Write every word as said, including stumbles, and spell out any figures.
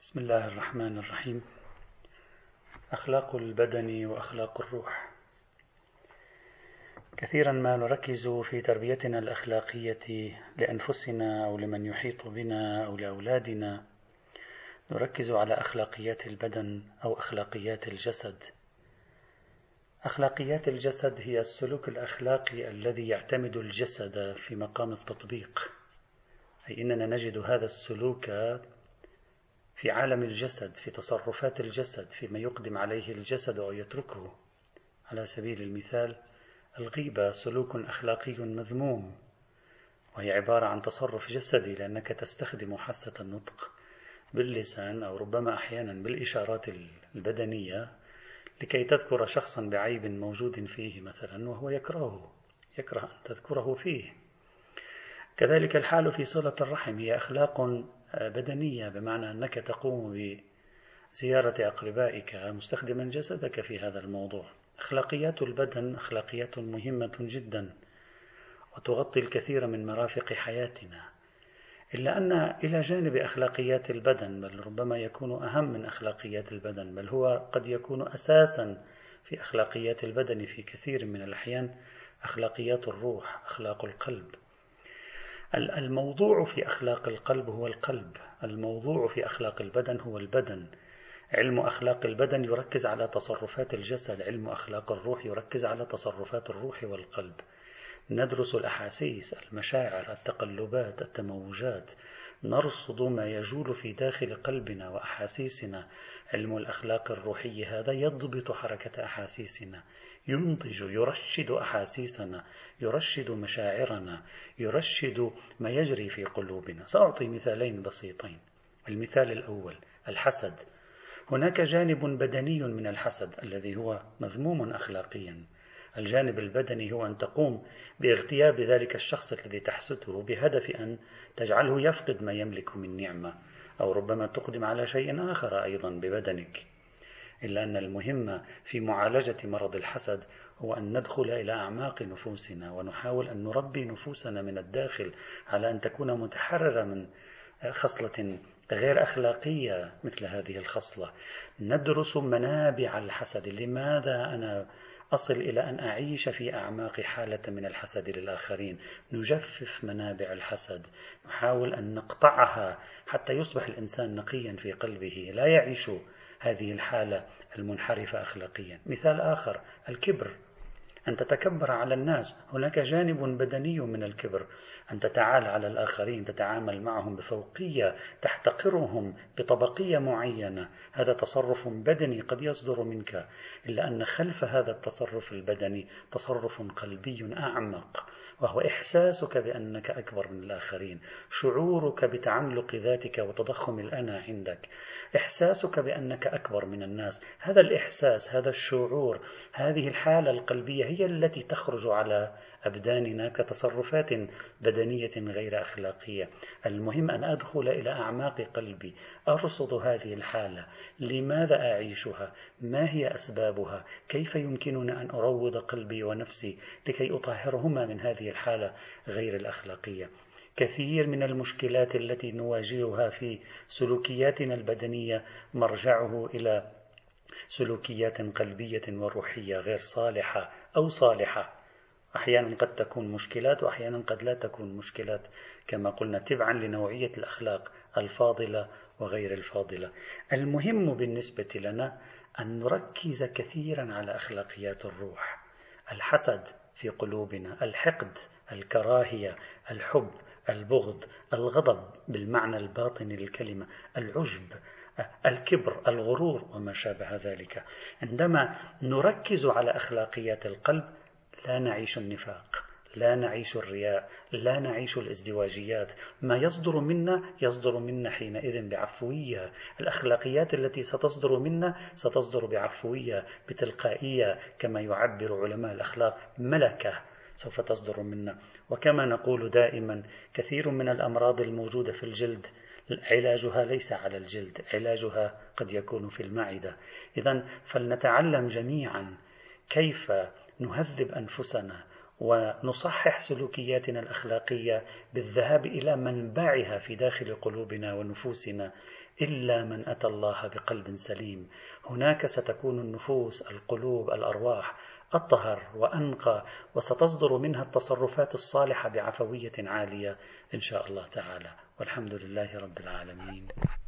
بسم الله الرحمن الرحيم. أخلاق البدن وأخلاق الروح. كثيرا ما نركز في تربيتنا الأخلاقية لأنفسنا أو لمن يحيط بنا أو لأولادنا، نركز على أخلاقيات البدن أو أخلاقيات الجسد. أخلاقيات الجسد هي السلوك الأخلاقي الذي يعتمد الجسد في مقام التطبيق، أي أننا نجد هذا السلوك في عالم الجسد، في تصرفات الجسد، فيما يقدم عليه الجسد أو يتركه. على سبيل المثال، الغيبة سلوك أخلاقي مذموم، وهي عبارة عن تصرف جسدي، لأنك تستخدم حاسة النطق باللسان أو ربما أحيانا بالإشارات البدنية لكي تذكر شخصا بعيب موجود فيه مثلا وهو يكرهه يكره أن تذكره فيه. كذلك الحال في صلة الرحم، هي أخلاق بدنية، بمعنى أنك تقوم بزيارة أقربائك مستخدما جسدك في هذا الموضوع. أخلاقيات البدن أخلاقيات مهمة جدا وتغطي الكثير من مرافق حياتنا، إلا أن إلى جانب أخلاقيات البدن، بل ربما يكون أهم من أخلاقيات البدن، بل هو قد يكون أساسا في أخلاقيات البدن في كثير من الأحيان، أخلاقيات الروح، أخلاق القلب. الموضوع في أخلاق القلب هو القلب، الموضوع في أخلاق البدن هو البدن. علم أخلاق البدن يركز على تصرفات الجسد، علم أخلاق الروح يركز على تصرفات الروح والقلب. ندرس الأحاسيس، المشاعر، التقلبات، التموجات، نرصد ما يجول في داخل قلبنا وأحاسيسنا. علم الأخلاق الروحي هذا يضبط حركة أحاسيسنا، ينتج، يرشد أحاسيسنا، يرشد مشاعرنا، يرشد ما يجري في قلوبنا. سأعطي مثالين بسيطين. المثال الأول الحسد. هناك جانب بدني من الحسد الذي هو مذموم أخلاقيا. الجانب البدني هو أن تقوم باغتياب ذلك الشخص الذي تحسده بهدف أن تجعله يفقد ما يملك من نعمة، أو ربما تقدم على شيء آخر أيضا ببدنك. إلا أن المهم في معالجة مرض الحسد هو أن ندخل إلى أعماق نفوسنا ونحاول أن نربي نفوسنا من الداخل على أن تكون متحررة من خصلة غير أخلاقية مثل هذه الخصلة. ندرس منابع الحسد، لماذا أنا أصل إلى أن أعيش في أعماق حالة من الحسد للآخرين. نجفف منابع الحسد، نحاول أن نقطعها حتى يصبح الإنسان نقيا في قلبه، لا يعيش هذه الحالة المنحرفة أخلاقيا. مثال آخر الكبر، أن تتكبر على الناس. هناك جانب بدني من الكبر، أن تتعالى على الآخرين، تتعامل معهم بفوقية، تحتقرهم بطبقية معينة. هذا تصرف بدني قد يصدر منك، إلا أن خلف هذا التصرف البدني تصرف قلبي أعمق، وهو إحساسك بأنك أكبر من الآخرين، شعورك بتعلق ذاتك وتضخم الأنا عندك، إحساسك بأنك أكبر من الناس. هذا الإحساس، هذا الشعور، هذه الحالة القلبية هي التي تخرج على أبداننا كتصرفات بدنية غير أخلاقية. المهم أن أدخل إلى أعماق قلبي، أرصد هذه الحالة، لماذا أعيشها، ما هي أسبابها، كيف يمكنني أن أروض قلبي ونفسي لكي أطهرهما من هذه الحالة غير الأخلاقية. كثير من المشكلات التي نواجهها في سلوكياتنا البدنية مرجعه إلى سلوكيات قلبية وروحية غير صالحة أو صالحة. أحيانا قد تكون مشكلات وأحيانا قد لا تكون مشكلات، كما قلنا تبعا لنوعية الأخلاق الفاضلة وغير الفاضلة. المهم بالنسبة لنا أن نركز كثيرا على أخلاقيات الروح. الحسد في قلوبنا، الحقد، الكراهية، الحب، البغض، الغضب بالمعنى الباطني للكلمة، العجب، الكبر، الغرور وما شابه ذلك. عندما نركز على أخلاقيات القلب لا نعيش النفاق، لا نعيش الرياء، لا نعيش الازدواجيات. ما يصدر منا يصدر منا حينئذ بعفوية. الأخلاقيات التي ستصدر منا ستصدر بعفوية، بتلقائية، كما يعبر علماء الأخلاق، ملكة سوف تصدر منا. وكما نقول دائما، كثير من الأمراض الموجودة في الجلد علاجها ليس على الجلد، علاجها قد يكون في المعدة. إذن فلنتعلم جميعا كيف نهذب أنفسنا ونصحح سلوكياتنا الأخلاقية بالذهاب إلى منبعها في داخل قلوبنا ونفوسنا، إلا من أتى الله بقلب سليم. هناك ستكون النفوس، القلوب، الأرواح أطهر وأنقى، وستصدر منها التصرفات الصالحة بعفوية عالية إن شاء الله تعالى. والحمد لله رب العالمين.